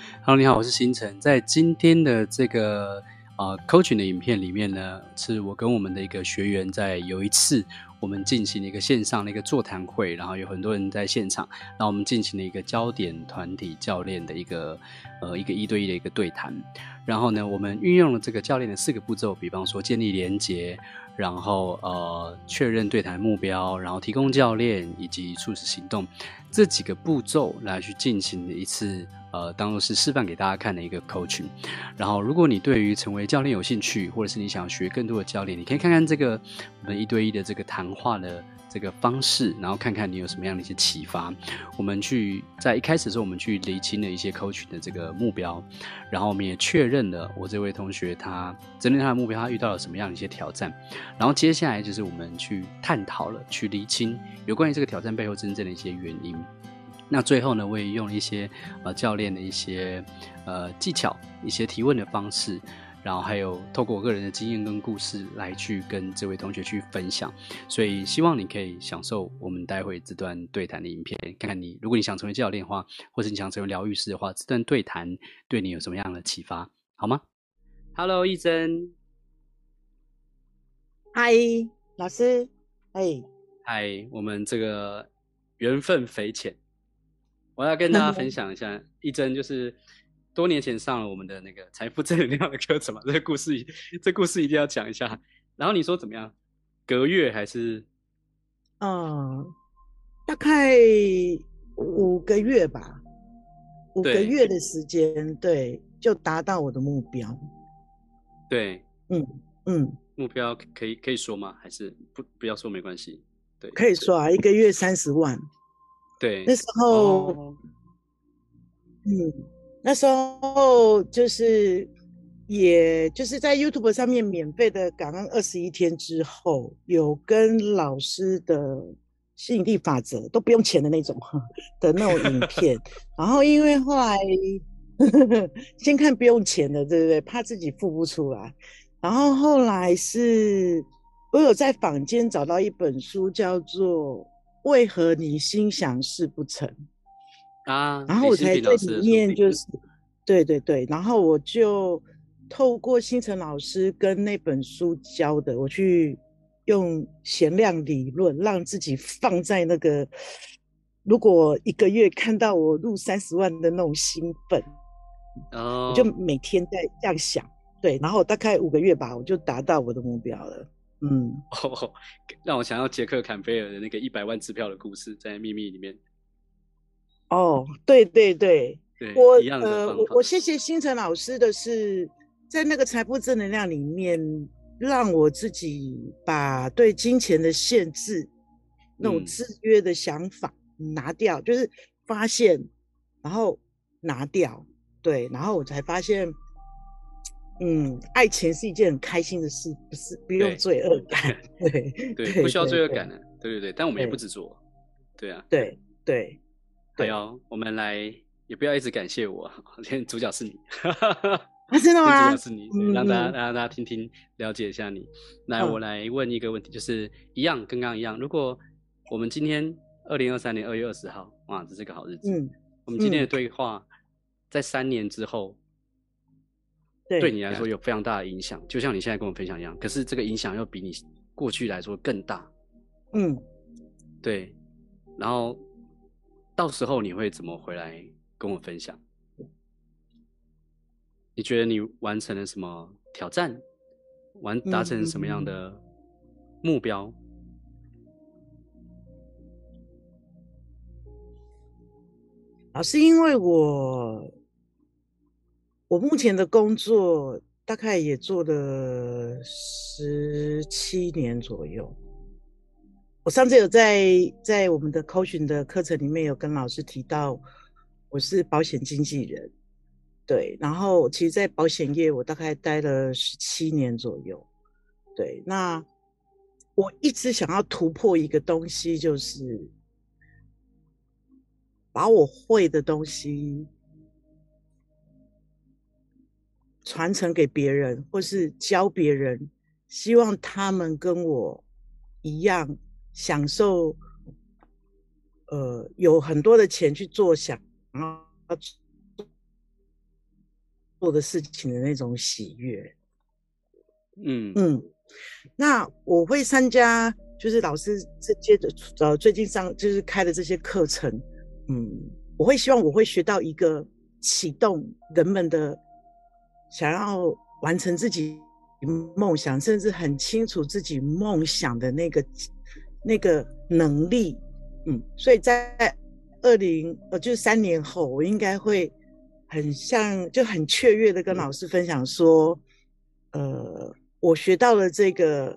Hello，你好，我是星辰。在今天的这个coaching 的影片里面呢，是我跟我们的一个学员在有一次我们进行了一个线上的一个座谈会，然后有很多人在现场，然后我们进行了一个焦点团体教练的一个一对一的一个对谈。然后呢，我们运用了这个教练的4个步骤，比方说建立连结，然后确认对谈目标，然后提供教练以及促使行动这几个步骤来去进行一次当做是示范给大家看的一个 coaching。然后如果你对于成为教练有兴趣，或者是你想学更多的教练，你可以看看这个我们一对一的这个谈话的这个方式，然后看看你有什么样的一些启发。我们在一开始的时候，我们去厘清了一些 coaching 的这个目标，然后我们也确认了我这位同学他针对他的目标，他遇到了什么样的一些挑战。然后接下来就是我们去探讨了，去厘清有关于这个挑战背后真正的一些原因。那最后呢，我也用了一些教练的一些技巧，一些提问的方式，然后还有透过我个人的经验跟故事来去跟这位同学去分享。所以希望你可以享受我们待会这段对谈的影片，看看如果你想成为教练的话，或者你想成为疗愈师的话，这段对谈对你有什么样的启发，好吗？ Hello， 义珍。 嗨，老师，哎， 嗨，我们这个缘分匪浅，我要跟大家分享一下，义珍就是多年前上了我们的那个财富正能量的课程嘛，这故事一定要讲一下。然后你说怎么样？隔月还是？ 嗯，大概5个月吧，五个对月的时间，对，就达到我的目标。 对， 嗯嗯， 目标可以说吗？还是不要说没关系？对可以说啊，1个月30万。那对， 时候， 哦， 嗯，那时候也就是在 YouTube 上面免费的感恩21天之后，有跟老师的吸引力法则都不用钱的那种的那种影片。然后因为后来先看不用钱的，对不对？怕自己付不出来。然后后来我有在坊间找到一本书，叫做《为何你心想事不成》。 啊， 然后李新平我才在里老师的书。 面对对对，然后我就透过星辰老师跟那本书教的，我去用弦量理论让自己放在那个，如果1个月看到我入30万的那种兴奋，我就哦， 每天在这样想，对，然后大概5个月吧，我就达到我的目标了。嗯， 哦，让我想到杰克坎菲尔的那个100万支票的故事，在秘密里面。 哦，对对对， 对，一样的方法。 我谢谢星辰老师的是，在那个财富正能量里面，让我自己把对金钱的限制、那种嗯， 制约的想法拿掉，就是发现，然后拿掉，对，然后我才发现，爱情是一件很开心的事，不用对罪恶感，对对，不对需要对对罪恶感的。对对对，但我们也不对执着。对啊， 对对对， 还有我们来，也不要一直感谢我，今天主角是你。 啊，真的今天主角吗？ 是你，对， 嗯嗯让大家听听，了解一下你。来，我嗯来问一个问题，就是一样，跟刚刚一样，如果我们今天2023年2月20号，哇，这是个好日子。 嗯我们今天的嗯， 对话，在3年之后，对对， 你来说有非常大的影响，就像你现在跟我分享一样。可是这个影响又比你过去来说更大， 嗯， 对。然后到时候你会怎么回来跟我分享？你觉得你完成了什么挑战？达成什么样嗯， 的目标？ 老师，因为我目前的工作大概也做了17年左右。我上次有在我们的 coaching 的课程里面有跟老师提到，我是保险经纪人，对，然后其实，在保险业我大概待了17年左右，对，那我一直想要突破一个东西，就是把我会的东西传承给别人，或是教别人，希望他们跟我一样享受，有很多的钱去做想要做的事情的那种喜悦。 嗯那我会参加，就是老师最近就是开的这些课程，我会希望我会学到一个启动人们的想要完成自己梦想，甚至很清楚自己梦想的那个能力。所以在就是3年后，我应该会就很雀跃的跟老师分享说，我学到了这个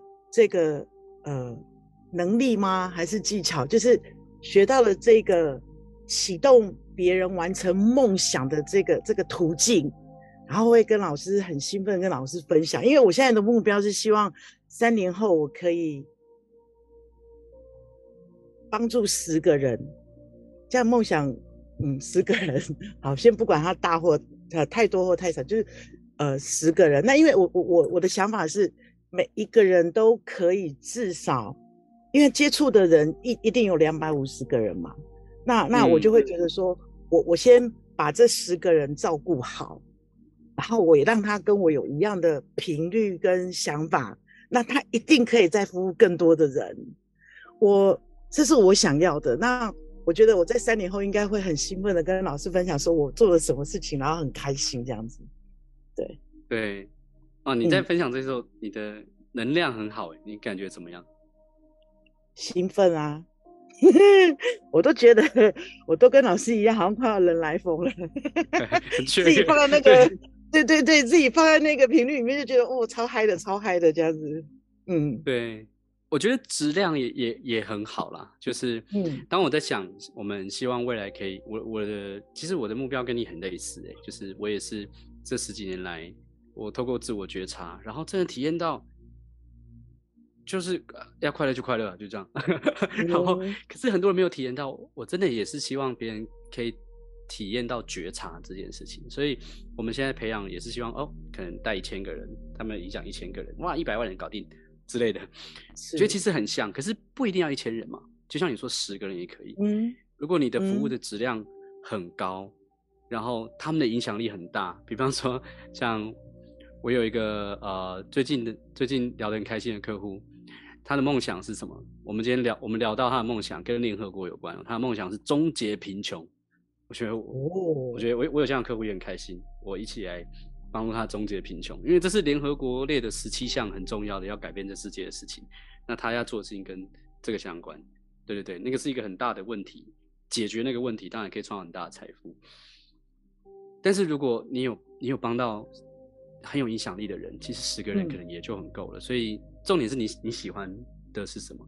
能力吗？还是技巧？就是学到了这个启动别人完成梦想的这个途径，然后会跟老师很兴奋跟老师分享。因为我现在的目标是希望3年后我可以帮助10个人，这样梦想10个人，好，先不管他大或太多或太少，就是10个人。那因为我的想法是每一个人都可以至少，因为接触的人一定有250个人嘛，那我就会觉得说，我先把这10个人照顾好，然后我也让他跟我有一样的频率跟想法，那他一定可以再服务更多的人。这是我想要的。那我觉得我在3年后应该会很兴奋的跟老师分享说我做了什么事情，然后很开心这样子。 对，你在分享这时候，你的能量很好，你感觉怎么样？ 兴奋啊！我都觉得我都跟老师一样，好像快要人来疯了。自己放在那个对，自己放在那个频率里面，就觉得超嗨的，超嗨的这样子。 对。我觉得质量也很好啦，就是当我在想，我们希望未来可以，其实我的目标跟你很类似，就是我也是这10几年来，我透过自我觉察，然后真的体验到，就是要快乐就快乐，就这样。然后可是很多人没有体验到，我真的也是希望别人可以体验到觉察这件事情，所以我们现在培养也是希望可能带1000个人，他们影响1000个人，哇，100万人搞定之类的，觉得其实很像，可是不一定要1000人嘛，就像你说10个人也可以。如果你的服务的质量很高，然后他们的影响力很大，比方说像我有一个最近聊得很开心的客户，他的梦想是什么？我们聊到他的梦想跟联合国有关，他的梦想是终结贫穷。我觉得我有这样的客户也很开心，我一起来帮助他终结贫穷，因为这是联合国列的17项很重要的要改变这世界的事情，那他要做的事情跟这个相关。对，那个是一个很大的问题，解决那个问题当然可以创造很大的财富。但是如果你有帮到很有影响力的人，其实10个人可能也就很够了。所以重点是你喜欢的是什么？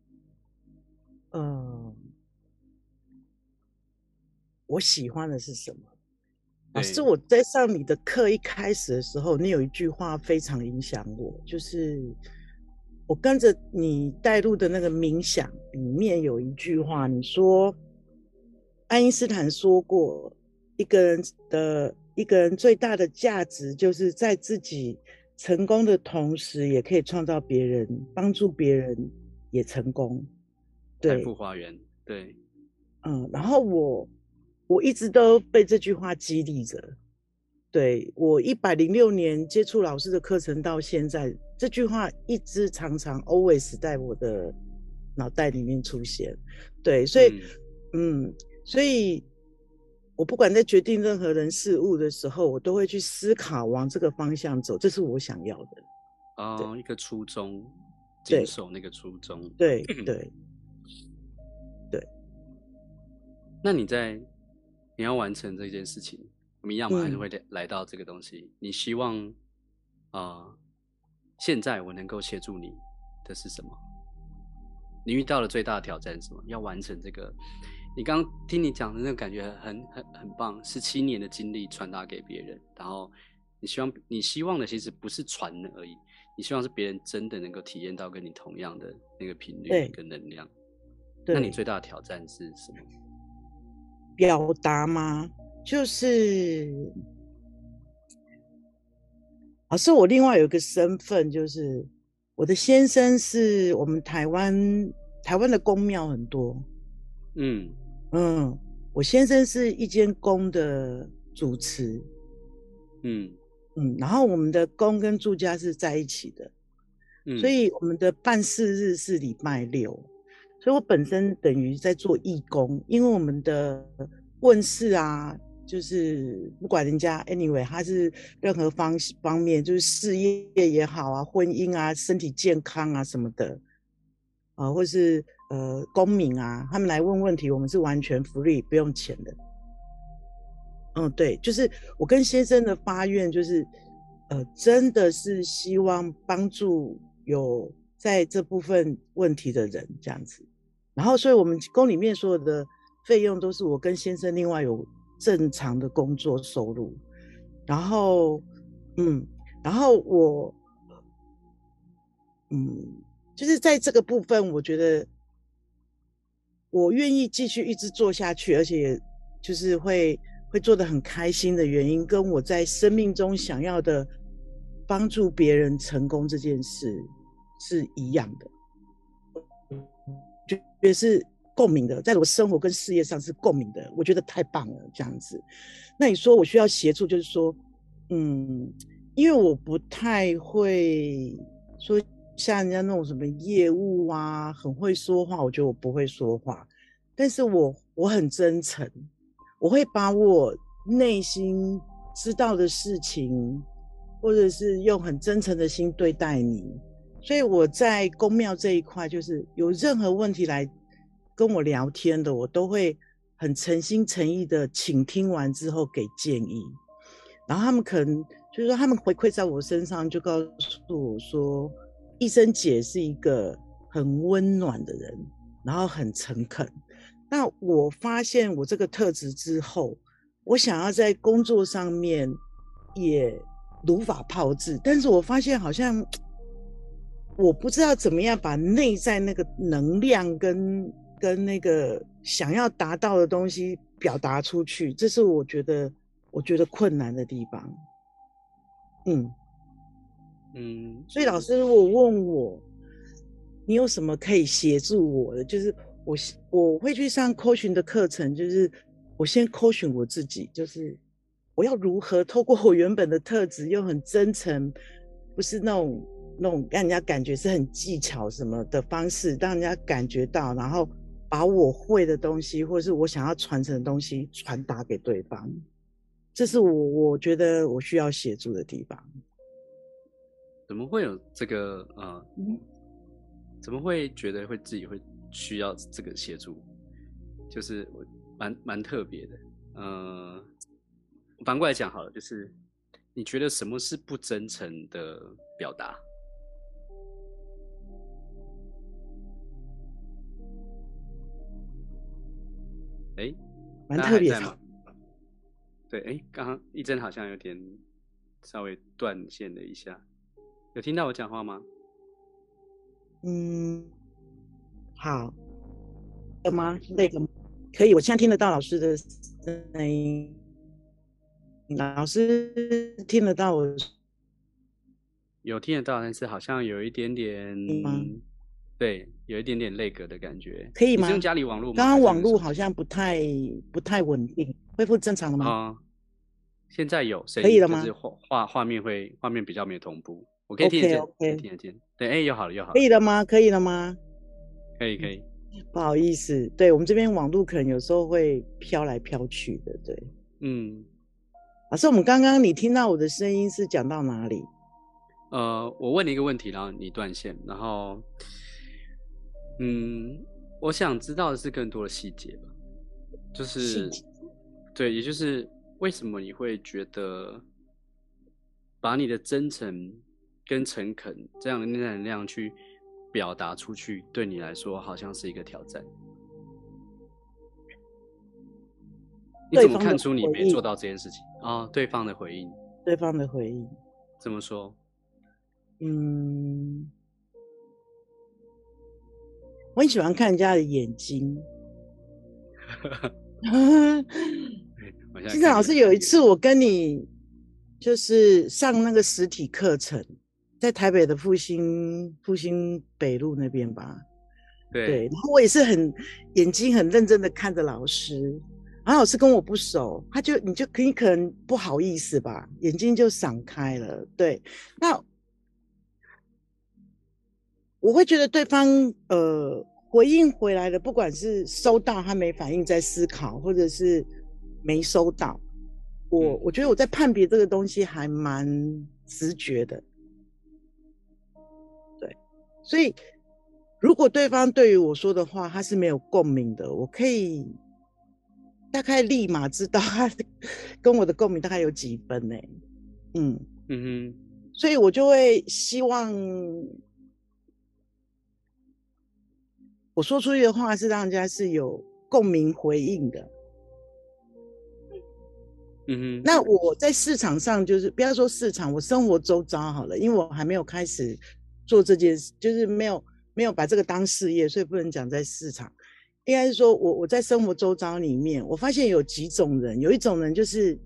我喜欢的是什么？老师，我在上你的课一开始的时候，你有一句话非常影响我，就是我跟着你带入的那个冥想里面有一句话，你说爱因斯坦说过，一个人最大的价值就是在自己成功的同时，也可以创造别人，帮助别人也成功。 财富花园，对， 然后我一直都被这句话激励着。对，我106年接触老师的课程到现在，这句话一直常常 always 在我的脑袋里面出现。对，所以我不管在决定任何人事物的时候，我都会去思考往这个方向走，这是我想要的。 一个初衷，坚守那个初衷。 对。 那你要完成这件事情，我们一样还是会来到这个东西。你希望现在我能够协助你的是什么？你遇到的最大的挑战是什么？要完成这个，你刚刚听你讲的那个感觉很棒，17年的经历传达给别人，然后你希望的其实不是传而已，你希望是别人真的能够体验到跟你同样的那个频率跟能量。那你最大的挑战是什么？ 表达吗？就是老师，我另外有一个身份，就是我的先生是我们台湾的宫庙很多，我先生是一间宫的主持， 嗯然后我们的公跟住家是在一起的，所以我们的办事日是礼拜六，所以我本身等于在做义工，因为我们的问事啊，就是不管人家 anyway， 他是任何方面，就是事业也好啊，婚姻啊，身体健康啊什么的，或是公民啊，他们来问问题，我们是完全 free 不用钱的。对，就是我跟先生的发愿，就是真的是希望帮助有在这部分问题的人这样子。然后，所以我们宫里面所有的费用都是我跟先生另外有正常的工作收入。然后，然后我，就是在这个部分，我觉得我愿意继续一直做下去，而且就是会做得很开心的原因，跟我在生命中想要的帮助别人成功这件事是一样的，觉得是共鸣的，在我生活跟事业上是共鸣的，我觉得太棒了这样子。那你说我需要协助，就是说，因为我不太会说像人家那种什么业务啊，很会说话，我觉得我不会说话，但是我很真诚。我会把我内心知道的事情，或者是用很真诚的心对待你，所以我在宫庙这一块，就是有任何问题来跟我聊天的，我都会很诚心诚意的倾听完之后给建议。然后他们可能就是说，他们回馈在我身上，就告诉我说，医生姐是一个很温暖的人，然后很诚恳。那我发现我这个特质之后，我想要在工作上面也如法炮制，但是我发现好像我不知道怎么样把内在那个能量跟那个想要达到的东西表达出去，这是我觉得困难的地方。所以老师如果问我你有什么可以协助我的，就是我会去上 coaching 的课程，就是我先 coaching 我自己，就是我要如何透过我原本的特质，又很真诚，不是那种让人家感觉是很技巧什么的方式，让人家感觉到，然后把我会的东西，或者是我想要传承的东西传达给对方，这是我觉得我需要协助的地方。 怎么会有这个怎么会觉得自己会需要这个协助？就是蛮特别的。反过来讲好了，就是你觉得什么是不真诚的表达？ 蛮特别的。 大家还在吗？对，刚刚一真好像有点稍微断线了一下，有听到我讲话吗？ 好的吗？那个可以，我现在听得到老师的声音，老师听得到我？ 有听得到，但是好像有一点点，对，有一点点类隔的感觉。 可以吗？ 你是用家里网络吗？ 刚刚网络好像不太稳定，恢复正常了吗？ 现在有声音， 可以了吗？ 就是画面比较没有同步，我可以听得见，可以听得见。对，又好了。 可以了吗？可以了吗？ 可以。 不好意思，对，我们这边网络可能有时候会飘来飘去的，对。老师，我们刚刚你听到我的声音是讲到哪里？ 我问你一个问题，然后你断线，然后，我想知道的是更多的细节吧，就是对，也就是为什么你会觉得把你的真诚跟诚恳这样的内在能量去表达出去，对你来说好像是一个挑战？你怎么看出你没做到这件事情啊？对方的回应， 怎么说？ 我很喜欢看人家的眼睛。金正老师，有一次我跟你就是上那个实体课程，在台北的复兴北路那边吧。对，然后我也是眼睛很认真的看着老师， 然后老师跟我不熟，你可能不好意思吧，眼睛就闪开了。对，那我会觉得对方回应回来了，不管是收到他没反应在思考，或者是没收到，我觉得我在判别这个东西还蛮直觉的。对，所以如果对方对于我说的话他是没有共鸣的，我可以大概立马知道他跟我的共鸣大概有几分呢？嗯嗯哼， 所以我就会希望我说出去的话是让人家是有共鸣回应的。 嗯哼， 那我在市场上，就是不要说市场，我生活周遭好了，因为我还没有开始做这件事，就是没有把这个当事业，所以不能讲在市场。应该是说我在生活周遭里面，我发现有几种人，有一种人就是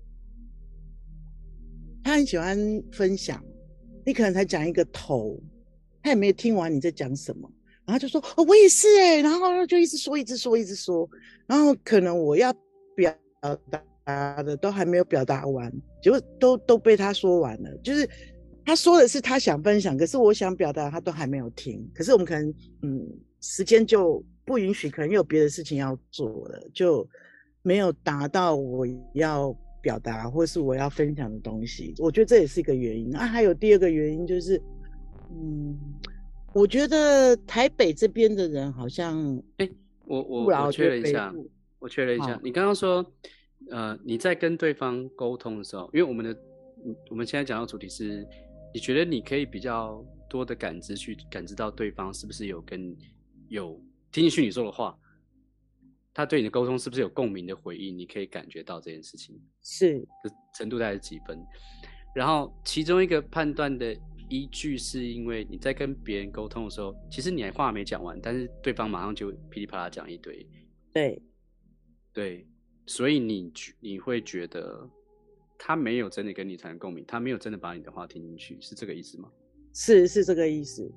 他很喜欢分享，你可能才讲一个头，他也没有听完你在讲什么，然后就说哦我也是哎，然后就一直说一直说一直说，然后可能我要表达的都还没有表达完，结果都被他说完了，就是他说的是他想分享，可是我想表达他都还没有听，可是我们可能时间就不允许，可能有别的事情要做了，就没有达到我要表达或是我要分享的东西，我觉得这也是一个原因。还有第二个原因就是，我觉得台北这边的人好像我确认一下， 好， 你刚刚说，你在跟对方沟通的时候，因为我们现在讲到主题是，你觉得你可以比较多的感知去感知到对方是不是有听进去你说的话，他对你的沟通是不是有共鸣的回应，你可以感觉到这件事情是的程度大概是几分？然后其中一个判断的依据是因为你在跟别人沟通的时候，其实你还话没讲完，但是对方马上就噼里啪啦讲一堆， 对。 对，所以你会觉得他没有真的跟你产生共鸣，他没有真的把你的话听进去，是这个意思吗？ 是这个意思。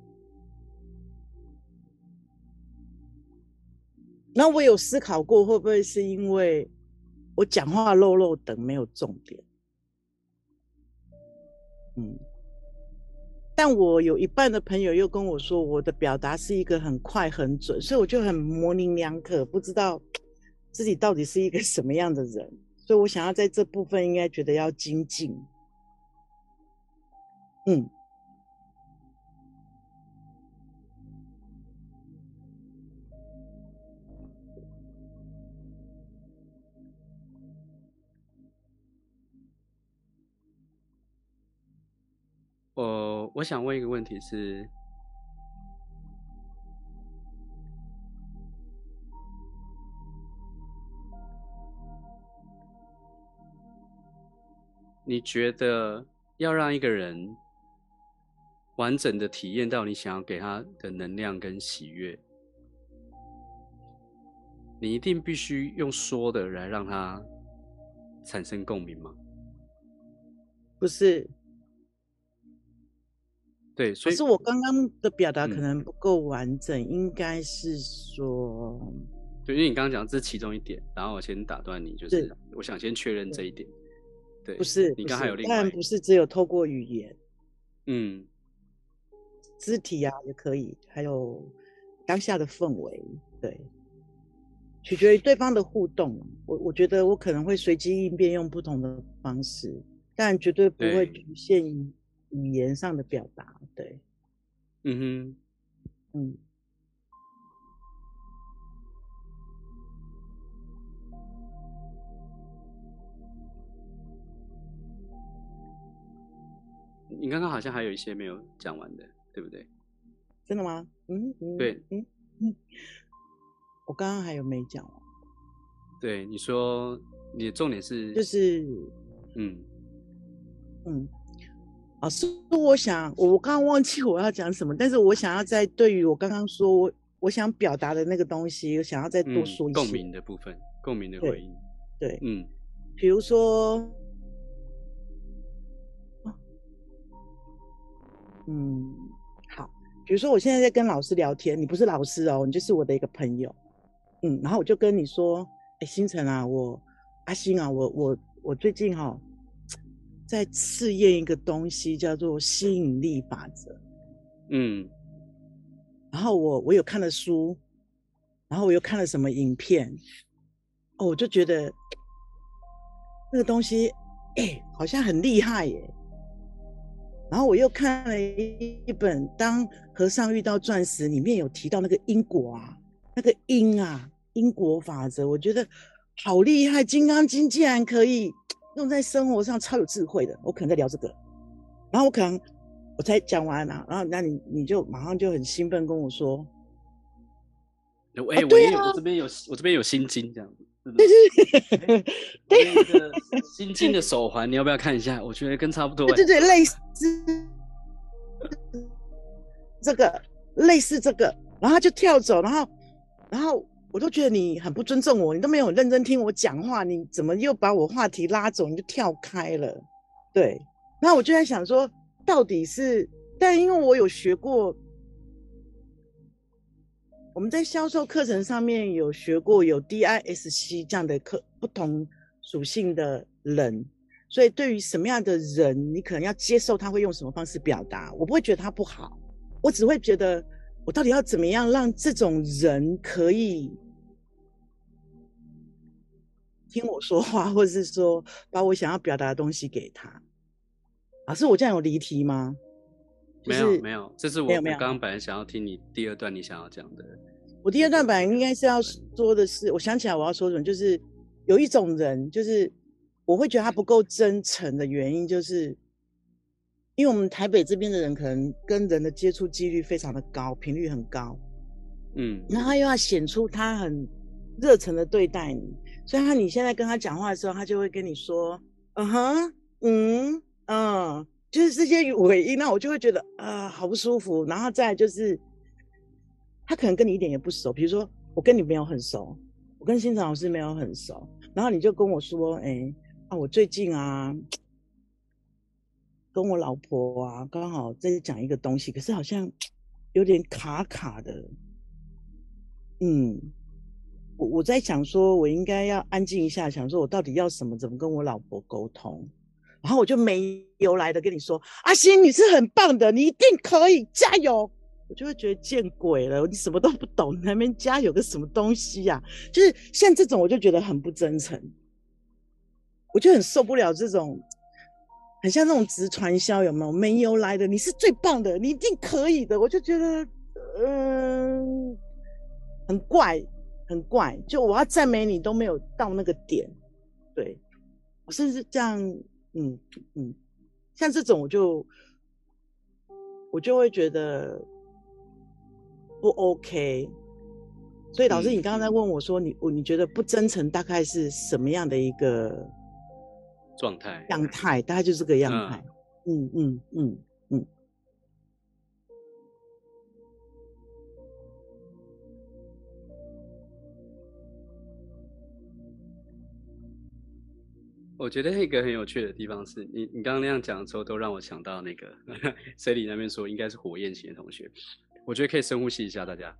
那我有思考过，会不会是因为我讲话漏漏等没有重点？但我有一半的朋友又跟我说，我的表达是一个很快很准，所以我就很模棱两可，不知道自己到底是一个什么样的人。所以我想要在这部分应该觉得要精进。嗯。 我想问一个问题是，你觉得要让一个人完整的体验到你想要给他的能量跟喜悦，你一定必须用说的来让他产生共鸣吗？ 不是， 对，所以可是我刚刚的表达可嗯， 能不够完整，应该是说， 对，因为你刚刚讲这是其中一点，然后我先打断你，就是是我想先确认这一点。 不对，你刚还有是不是，当然另外一个， 不是只有透过语言， 嗯， 肢体啊也可以，还有当下的氛围，对，取决于对方的互动。我觉得我可能会随机应变，用不同的方式，但绝对不会对， 局限于语言上的表达。对， 嗯哼。 嗯， 你刚刚好像还有一些没有讲完的，对不对？ 真的吗？ 对我刚刚还有没讲完， 对，你说你的重点是， 就是嗯， 嗯。是我刚刚忘记我要讲什么，但是我想要在对于我刚刚说我想表达的那个东西，我想要再多说一共些。 鸣的部分，共鸣的回对应， 对， 嗯比如说，嗯，好，比如说我现在在跟老师聊天，你不是老师哦，你就是我的一个朋友，然后我就跟你说， 星辰啊，阿星啊，我最近在试验一个东西，叫做吸引力法则。然后我有看了书，然后我又看了什么影片，我就觉得那个东西，好像很厉害耶。然后我又看了一本《当和尚遇到钻石》，里面有提到那个因果啊，那个因果法则，我觉得好厉害。金刚经竟然可以用在生活上，超有智慧的。我可能在聊这个，然后我才讲完啊，然后那你就马上就很兴奋跟我说，对啊， 我这边有心经这样子。 对对对，对，一个心经的手环，你要不要看一下？我觉得跟差不多。 对，类似这个，然后他就跳走，然后我都觉得你很不尊重我，你都没有认真听我讲话，你怎么又把我话题拉走，你就跳开了？对，那我就在想说，到底是，但因为我有学过。我们在销售课程上面有学过有 DISC 这样的不同属性的人，所以对于什么样的人，你可能要接受他会用什么方式表达。我不会觉得他不好，我只会觉得我到底要怎么样让这种人可以听我说话，或者是说把我想要表达的东西给他。老师，我这样有离题吗？ 没有，这是我刚刚本来想要听你第二段你想要讲的。 我第二段本来应该是要说的是，我想起来我要说什么，就是有一种人，就是我会觉得他不够真诚的原因，就是因为我们台北这边的人可能跟人的接触几率非常的高，频率很高，然后他又要显出他很热忱的对待你，所以你现在跟他讲话的时候，他就会跟你说，就是这些尾音，那我就会觉得好不舒服。然后再来就是他可能跟你一点也不熟，比如说我跟你没有很熟，我跟欣赏老师没有很熟，然后你就跟我说我最近跟我老婆刚好在讲一个东西，可是好像有点卡卡的。我在想说我应该要安静一下，想说我到底要什么，怎么跟我老婆沟通。然后我就没由来的跟你说，阿星你是很棒的，你一定可以，加油。我就会觉得见鬼了，你什么都不懂，你那边加油个什么东西啊？就是像这种我就觉得很不真诚，我就很受不了这种很像那种直传销，有没有？没由来的，你是最棒的，你一定可以的。我就觉得很怪，就我要赞美你都没有到那个点。对，我甚至这样像这种我就会觉得不 OK。所以老师，你刚刚在问我说，你觉得不真诚大概是什么样的一个状态？ 样态大概就是这个样态。 我觉得那个很有趣的地方是你刚刚那样讲的时候，都让我想到那个C 里那边说应该是火焰型的同学。我觉得可以深呼吸一下，大家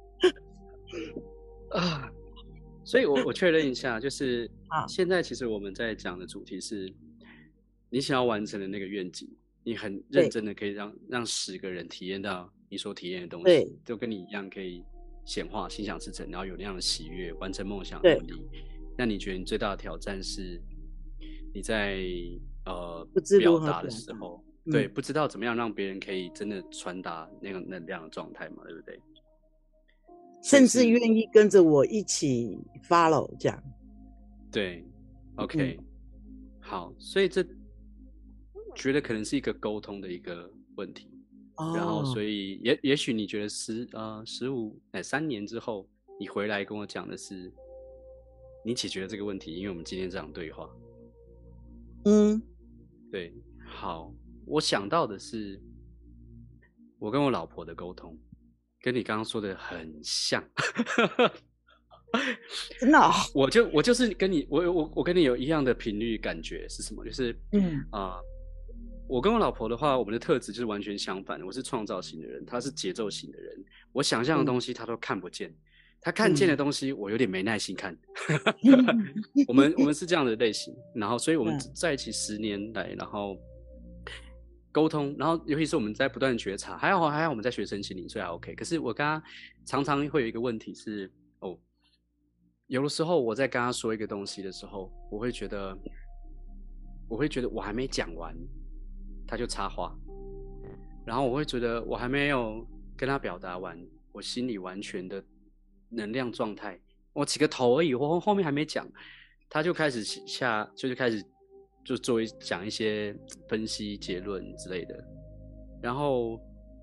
所以我确认一下，就是现在其实我们在讲的主题是你想要完成的那个愿景，你很认真的可以让10个人体验到你所体验的东西，都跟你一样可以显化心想事成，然后有那样的喜悦，完成梦想努力。那你觉得你最大的挑战是你在表达的时候，对，不知道怎么样让别人可以真的传达那个能量的状态嘛，对不对？ 甚至愿意跟着我一起 follow 这样。 对 ，OK，好，所以这觉得可能是一个沟通的一个问题。然后所以也许你觉得3年之后你回来跟我讲的是你解决了这个问题，因为我们今天这场对话。对，好，我想到的是我跟我老婆的沟通跟你刚刚说的很像。 真的我就是跟你我跟你有一样的频率感觉是什么？就是我跟我老婆的话，我们的特质就是完全相反的。我是创造型的人，她是节奏型的人。我想象的东西她都看不见， 他看见的东西我有点没耐心看。我们是这样的类型，然后所以我们在一起10年来，然后沟通，然后尤其是我们在不断的觉察，还好我们在学身心灵，所以还 OK。可是我跟他常常会有一个问题是，有的时候我在跟他说一个东西的时候，我会觉得我还没讲完，他就插话，然后我会觉得我还没有跟他表达完我心里完全的能量状态，我起个头而已，我后面还没讲，他就开始开始就讲一些分析结论之类的，然后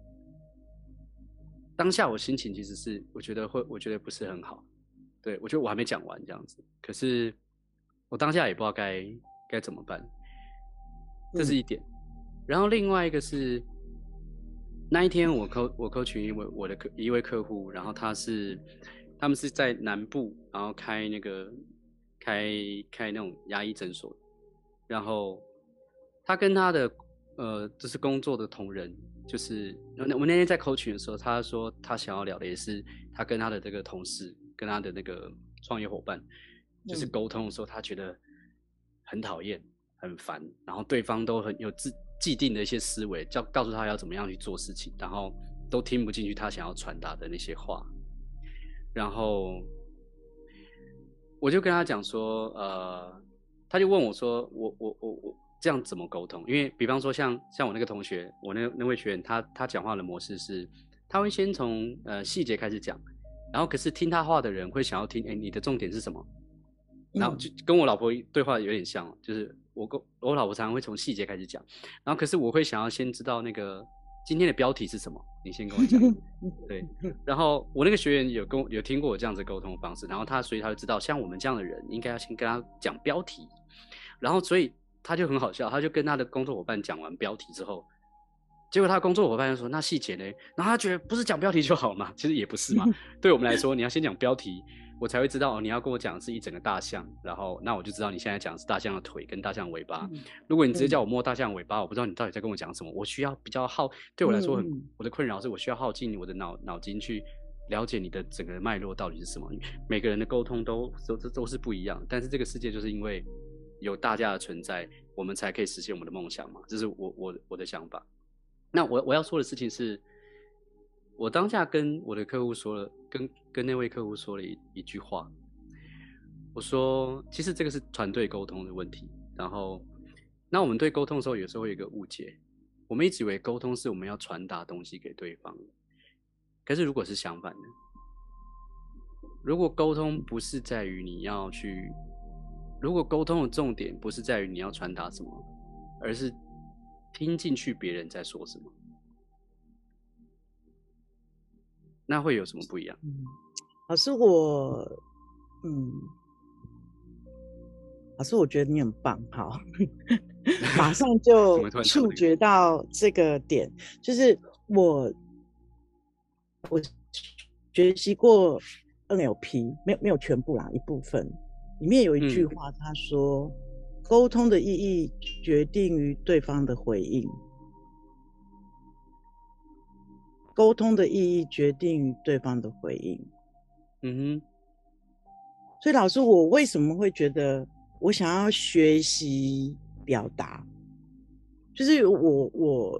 当下我心情其实是我觉得不是很好，对，我觉得我还没讲完这样子，可是我当下也不知道该怎么办，这是一点。然后另外一个是那一天我coach我的一位客户，然后他们是在南部，然后开那种牙医诊所，然后他跟他的就是工作的同仁，就是我们那天在 coaching 的时候，他说他想要聊的也是他跟他的这个同事跟他的那个创业伙伴，就是沟通的时候，他觉得很讨厌很烦，然后对方都很有既定的一些思维，告诉他要怎么样去做事情，然后都听不进去他想要传达的那些话。然后我就跟他讲说，他就问我说，我这样怎么沟通？因为比方说像我那个同学，我那位学员，他讲话的模式是，他会先从细节开始讲，然后可是听他话的人会想要听，你的重点是什么？然后就跟我老婆对话有点像，就是我老婆常常会从细节开始讲，然后可是我会想要先知道那个今天的标题是什么，你先跟我讲。对，然后我那个学员有听过我这样子沟通的方式，然后所以他就知道，像我们这样的人应该要先跟他讲标题，然后所以他就很好笑，他就跟他的工作伙伴讲完标题之后，结果他的工作伙伴就说那细节呢？然后他觉得不是讲标题就好嘛，其实也不是嘛。对我们来说，你要先讲标题，我才会知道你要跟我讲的是一整个大象，然后那我就知道你现在讲的是大象的腿跟大象的尾巴。如果你直接叫我摸大象的尾巴，我不知道你到底在跟我讲什么。我需要比较对我来说我的困扰是我需要耗尽我的脑筋去了解你的整个脉络到底是什么。每个人的沟通都是不一样，但是这个世界就是因为有大家的存在，我们才可以实现我们的梦想嘛。这是我的想法。那我要说的事情是，我当下跟我的客户说了，跟那位客户说了一句话，我说其实这个是团队沟通的问题。然后，那我们对沟通的时候，有时候会有一个误解，我们一直以为沟通是我们要传达东西给对方，可是如果是相反的，如果沟通不是在于如果沟通的重点不是在于你要传达什么，而是听进去别人在说什么，那会有什么不一样？ 老师，老师，我觉得你很棒，好，马上就触觉到这个点，就是我学习过 NLP， 没有全部啦，一部分，里面有一句话，他说，沟通的意义决定于对方的回应。沟通的意义决定于对方的回应。所以老师，我为什么会觉得我想要学习表达？就是我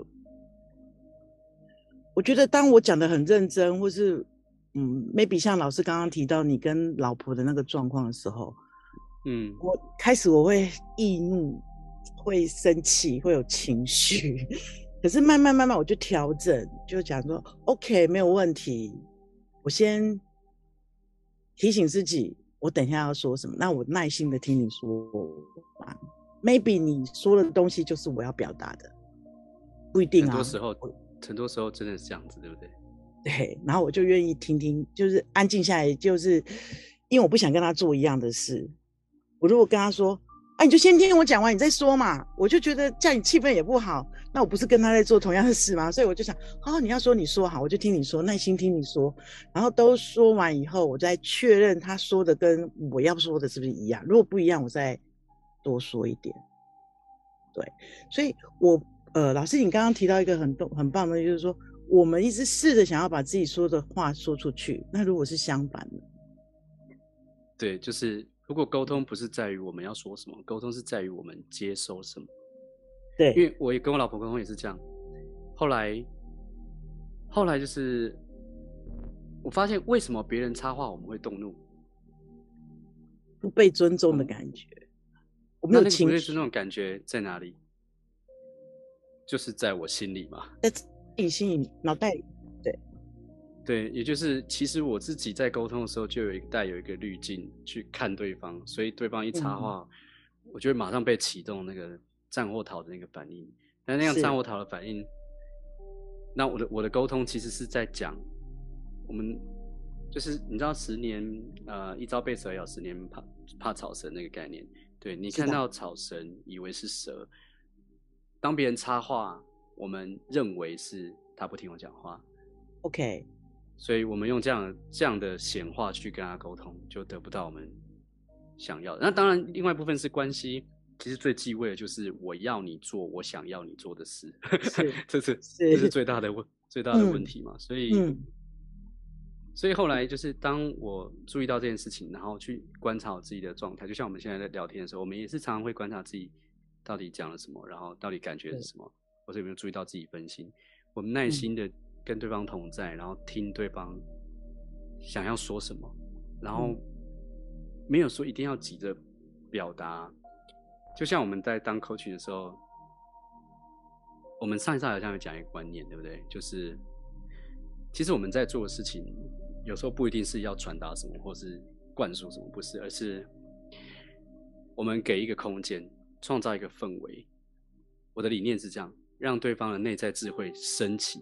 觉得当我讲得很认真，或是maybe 像老师刚刚提到你跟老婆的那个状况的时候，我会易怒，会生气，会有情绪。可是慢慢我就调整，就讲说 OK 没有问题，我先提醒自己我等一下要说什么，那我耐心的听你说完， maybe 你说的东西就是我要表达的，不一定啊， 很多时候真的是这样子，对不对？ 对，然后我就愿意听听，就是安静下来，就是因为我不想跟他做一样的事。我如果跟他说你就先听我讲完你再说嘛，我就觉得这样你气氛也不好，那我不是跟他在做同样的事吗？所以我就想你要说你说好，我就听你说，耐心听你说，然后都说完以后，我再确认他说的跟我要说的是不是一样，如果不一样我再多说一点。对，所以老师你刚刚提到一个很棒的，就是说我们一直试着想要把自己说的话说出去。那如果是相反的， 对，就是如果沟通不是在于我们要说什么，沟通是在于我们接收什么。因对， 为我也跟我老婆沟通也是这样，后来就是我发现为什么别人插话我们会动怒， 不被尊我重的们感觉，我们有那那个不情绪对称那种感觉在哪里？就是在我心里嘛。 在自己心里、脑袋里。对， 对，也就是其实我自己在沟通的时候就有一个滤镜去看对方，所以对方一插嗯， 话，我就会马上被启动那个战或逃的那个反应。但那样战是或逃的反应，那我的沟通其实是在讲，我们就是你知道一朝被蛇咬，10年怕草绳那个概念。对，你知道看到草绳以为是蛇，当别人插话，我们认为是他不听我讲话， ，OK， 所以我们用这样的显化去跟他沟通，就得不到我们想要的。那当然，另外一部分是关系，其实最忌讳的就是我要你做我想要你做的事， 是这是是， 最大的问嗯题嘛。所以后来就是当我注意到这件事情，然后去观察我自己的状态，就像我们现在在聊天的时候，我们也是常常会观察自己到底讲了什么，然后到底感觉是什么，或者有没有注意到自己分心。我们耐心的跟对方同在，然后听对方想要说什么，然后没有说一定要急着表达。就像我们在当 coaching 的时候，我们上一次好像有讲一个观念，对不对？就是其实我们在做的事情，有时候不一定是要传达什么，或是灌输什么，不是，而是我们给一个空间，创造一个氛围。我的理念是这样，让对方的内在智慧升起。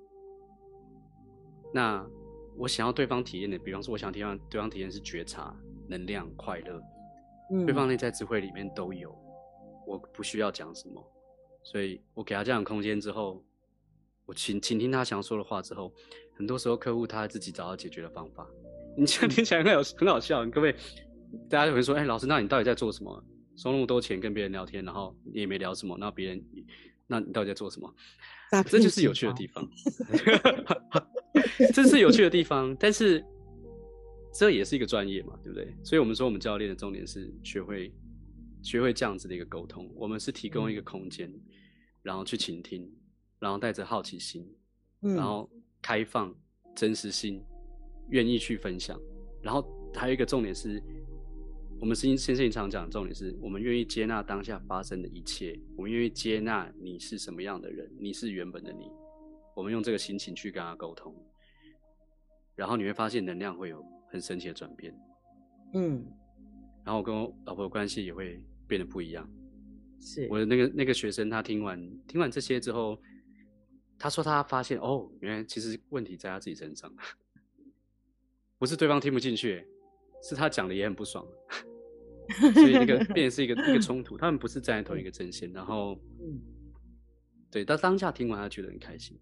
那我想要对方体验的，比方说我想对方体验是觉察、能量、快乐，对方内在智慧里面都有，我不需要讲什么，所以我给他这样的空间之后，我倾听他想说的话之后，很多时候客户他自己找到解决的方法。你这样听起来很好笑，各位大家就会说，老师，那你到底在做什么？收那么多钱跟别人聊天，然后你也没聊什么，那你到底在做什么？ 诈这就是有骗集团， 趣的地方。这是有趣的地方，但是这也是一个专业嘛，对不对？所以我们说我们教练的重点是学会这样子的一个沟通，我们是提供一个空间，然后去倾听，然后带着好奇心，然后开放、真实心，愿意去分享。然后还有一个重点是，我们先生常讲的重点是我们愿意接纳当下发生的一切，我们愿意接纳你是什么样的人，你是原本的你，我们用这个心情去跟他沟通，然后你会发现能量会有很神奇的转变。然后我跟我老婆的关系也会变得不一样。 是我的那个学生，他听完这些之后，他说他发现原来其实问题在他自己身上，不是对方听不进去，是他讲的也很不爽，所以那个变成是一个冲突，他们不是站在同一个阵线。然后，对，到当下听完他觉得很开心。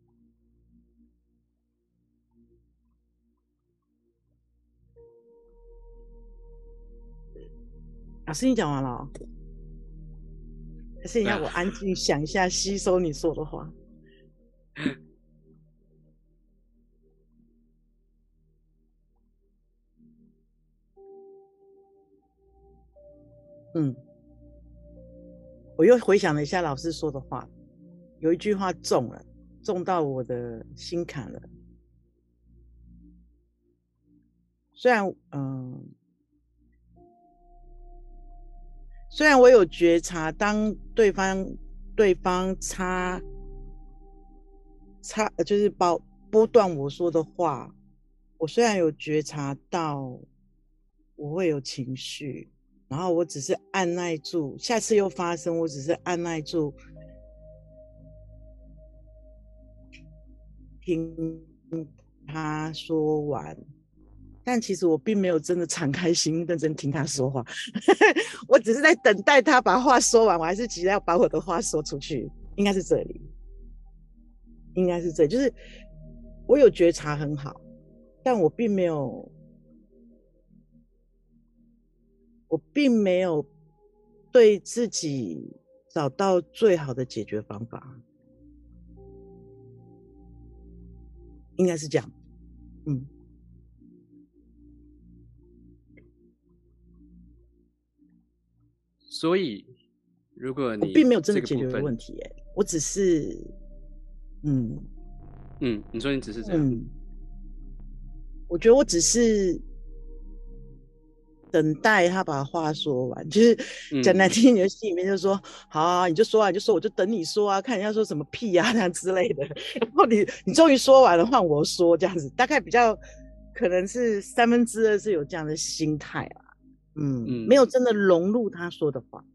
老师，你讲完了哦？还是你要我安静想一下，吸收你说的话？我又回想了一下老师说的话，有一句话中了，中到我的心坎了。虽然虽然我有觉察，当对方就是拨断我说的话，我虽然有觉察到我会有情绪，然后我只是按耐住，下次又发生，我只是按耐住，听他说完。但其实我并没有真的敞开心认真听他说话，我只是在等待他把话说完，我还是急着要把我的话说出去，应该是这里，就是我有觉察很好，但我并没有对自己找到最好的解决方法。 应该是这样。嗯， 所以如果我并没有你真的解决这个部分， 问题，我只是，嗯你说你只是这样， 我觉得我只是等待他把话说完，就是讲难听，你的心里面就说好啊，你就说啊，你就说，我就等你说啊，看人家说什么屁啊这样之类的。然后你终于说完了，换我说这样子，大概比较可能是2/3是有这样的心态啊，没有真的融入他说的话，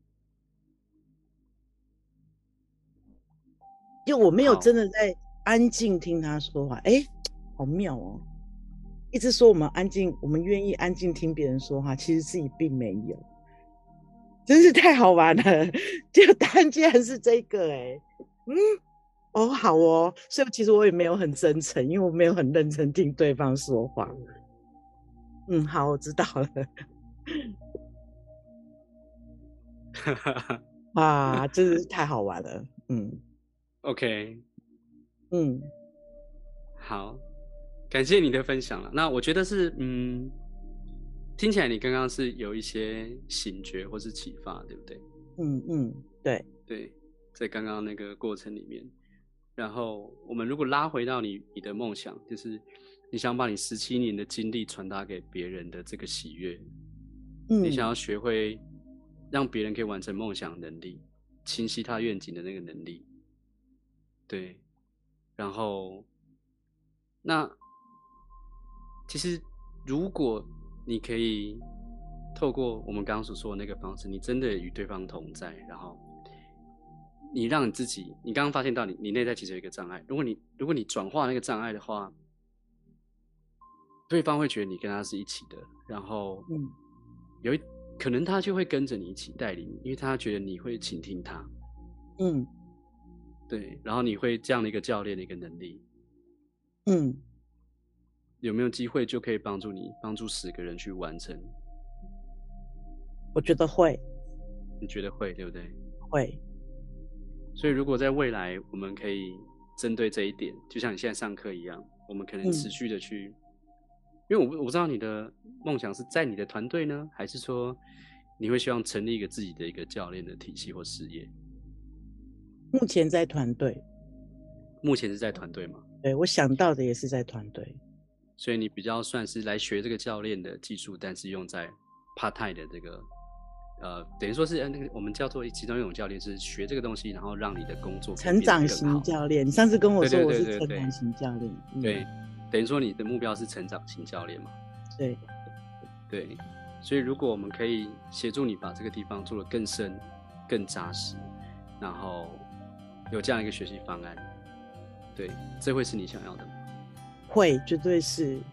就我没有真的在安静听他说话，好妙哦。一直说我们安静，我们愿意安静听别人说话，其实自己并没有，真是太好玩了。结果答案竟然是这个，好哦。所以其实我也没有很真诚，因为我没有很认真听对方说话。好，我知道了。啊，真是太好玩了。 OK， 好， 感谢你的分享了。那我觉得是，听起来你刚刚是有一些醒觉或是启发，对不对？ 对对，在刚刚那个过程里面，然后我们如果拉回到你的梦想，就是你想把你17年的经历传达给别人的这个喜悦，你想要学会让别人可以完成梦想的能力，清晰他愿景的那个能力，对，然后那其实如果你可以透过我们刚刚所说的那个方式，你真的与对方同在，然后你让你自己，你刚刚发现到你内在其实有一个障碍，如果你转化那个障碍的话，对方会觉得你跟他是一起的，然后可能他就会跟着你一起带领你，因为他觉得你会倾听他，对，然后你会这样的一个教练的一个能力，有没有机会就可以帮助10个人去完成？ 我觉得会。 你觉得会，对不对？ 会。 所以如果在未来我们可以针对这一点，就像你现在上课一样，我们可能持续的去，因为我不知道你的梦想是在你的团队呢，还是说你会希望成立一个自己的一个教练的体系或事业？ 目前在团队。 目前是在团队吗？ 对，我想到的也是在团队。 所以你比较算是来学这个教练的技术，但是用在 part time 的这个等于说是那个我们叫做其中一种教练，是学这个东西，然后让你的工作成长型教练。你上次跟我说我是成长型教练， 对，等于说你的目标是成长型教练嘛？ 对， 对，所以如果我们可以协助你把这个地方做得更深、更扎实，然后有这样一个学习方案，对，这会是你想要的吗？ 会，绝对是。